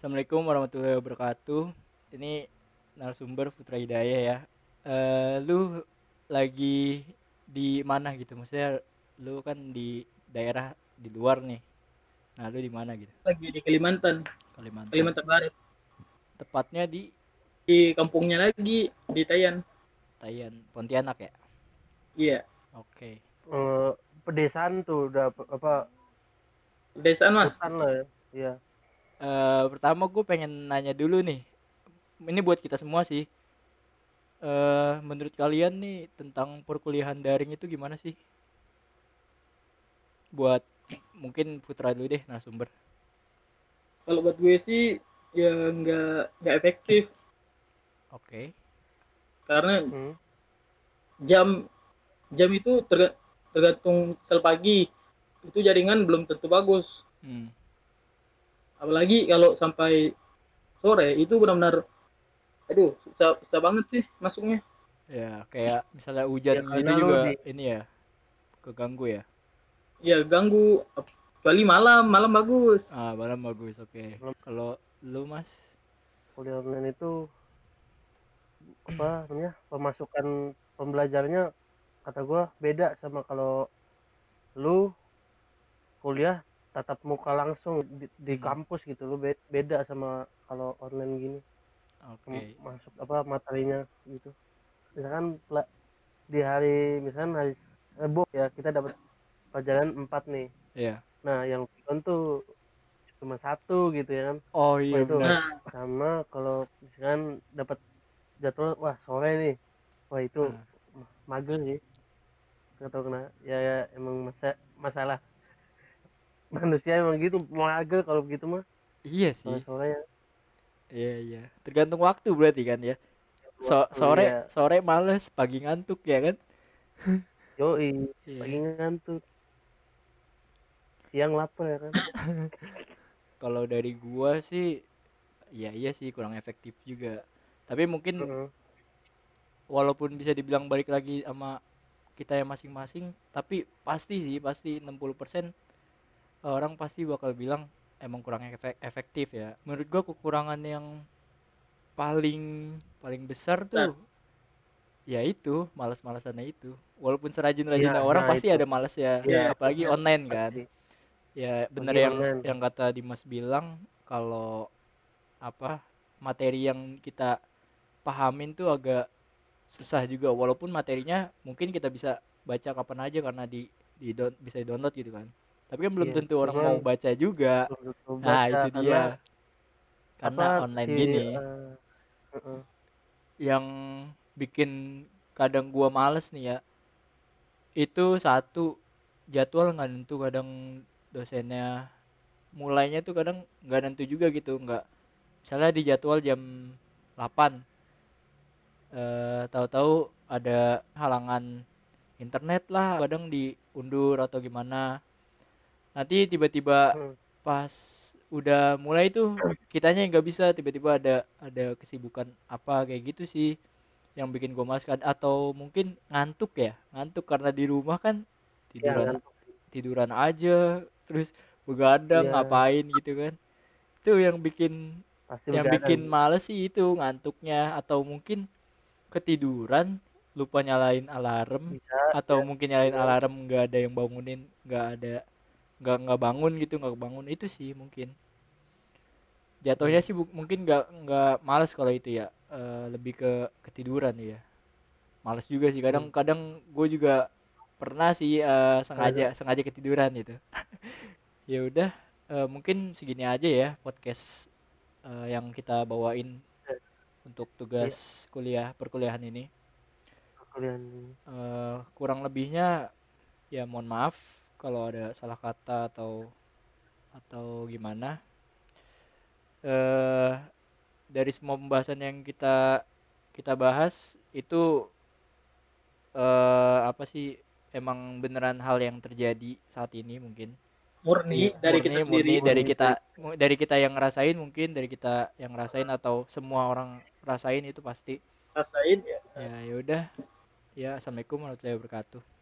Assalamualaikum warahmatullahi wabarakatuh. Ini narasumber Putra Hidayah ya. Lu lagi di mana gitu? Maksudnya lu kan di daerah di luar nih. Nah, lu di mana gitu? Lagi di Kalimantan, Kalimantan. Kalimantan Barat. Tepatnya di Di kampungnya lagi di Tayan. Tayan, Pontianak ya? Iya, Oke. eh, Pedesaan tuh udah apa desaan Mas. hutan lah ya. Iya. Pertama gue pengen nanya dulu nih. Ini buat kita semua sih. Menurut kalian nih tentang perkuliahan daring itu gimana sih? Buat mungkin Putra dulu deh narasumber. Kalau buat gue sih ya nggak efektif Oke. karena Hmm. jam jam itu tergantung sel pagi itu jaringan belum tentu bagus. Hmm. Apalagi kalau sampai sore itu benar-benar aduh susah banget sih masuknya. Ya, kayak misalnya hujan Ya gitu karena lu juga di ini ya, keganggu ya. Ya ganggu kecuali malam bagus. Ah, malam bagus. Oke. Kalau lu, Mas? kuliah online itu apa namanya pemasukan pembelajarnya kata gua beda sama kalau lu kuliah tatap muka langsung di Hmm. kampus gitu. Lu beda sama kalau online gini. Oke. Masuk apa materinya gitu. Misalkan di hari misalkan hari Rebo ya kita dapat pelajaran 4 nih. Iya. Nah yang pion tuh cuma satu gitu ya kan. Oh Wah iya itu benar. Nah, sama kalau misalkan dapat jadwal wah sore nih, wah itu Ah, mager sih. Nggak tahu kena ya emang masalah manusia emang gitu mager kalau begitu mah iya sore sih. sore ya Iya iya. Tergantung waktu berarti kan ya. waktu Sore ya. sore males, pagi ngantuk ya kan? Yoi pagi Iya. ngantuk siang lapar ya kan. Kalau dari gua sih, ya iya sih kurang efektif juga. Tapi mungkin Heeh. walaupun bisa dibilang balik lagi sama kita yang masing-masing, tapi pasti sih pasti 60% orang pasti bakal bilang emang kurang efektif ya. Menurut gua kekurangan yang paling paling besar besar. tuh ya itu malas-malasannya itu. Walaupun Iya serajin-rajinnya orang nah pasti itu ada males ya, ya Ya, itu apalagi ya. online kan. pasti Ya bener bagi yang online. kata Dimas bilang kalau apa materi yang kita pahamin tuh agak susah juga walaupun materinya mungkin kita bisa baca kapan aja karena bisa di download gitu kan, tapi kan belum Iya tentu orang cuman mau baca juga. belum tentu Nah baca itu karena dia, apa karena online si gini heeh. yang bikin kadang gua males nih ya, itu satu jadwal nggak nentu, kadang dosennya mulainya tuh kadang nggak nentu juga gitu, nggak misalnya di jadwal jam 8, tahu-tahu ada halangan internet lah, kadang diundur atau gimana, nanti tiba-tiba Hmm. pas udah mulai tuh kitanya yang nggak bisa, tiba-tiba ada kesibukan apa kayak gitu sih yang bikin gue males kan, atau mungkin ngantuk karena di rumah kan Ya tiduran ngantuk tiduran aja terus begadang ya ngapain gitu kan, itu pasti yang begadang bikin sih. males sih itu ngantuknya, atau mungkin ketiduran lupa nyalain alarm, Bisa atau ya mungkin nyalain iya. alarm nggak ada yang bangunin, nggak bangun gitu, nggak bangun itu sih mungkin jatuhnya Hmm. sih, mungkin nggak males kalau itu ya, lebih ke ketiduran ya, males juga sih Hmm. kadang-kadang gue juga pernah sih, Ada. sengaja sengaja ketiduran gitu. Ya udah, mungkin segini aja ya podcast yang kita bawain untuk Iya tugas perkuliahan ini. perkuliahan ini. Kurang lebihnya ya mohon maaf kalau ada salah kata atau gimana. eh dari semua pembahasan yang kita kita bahas itu, apa sih, emang beneran hal yang terjadi saat ini mungkin. Murni Iya, dari kita murni sendiri. Murni dari dari kita yang ngerasain, mungkin dari kita yang ngerasain atau semua orang rasain itu pasti. Rasain ya. Ya ya udah, ya assalamualaikum warahmatullahi wabarakatuh.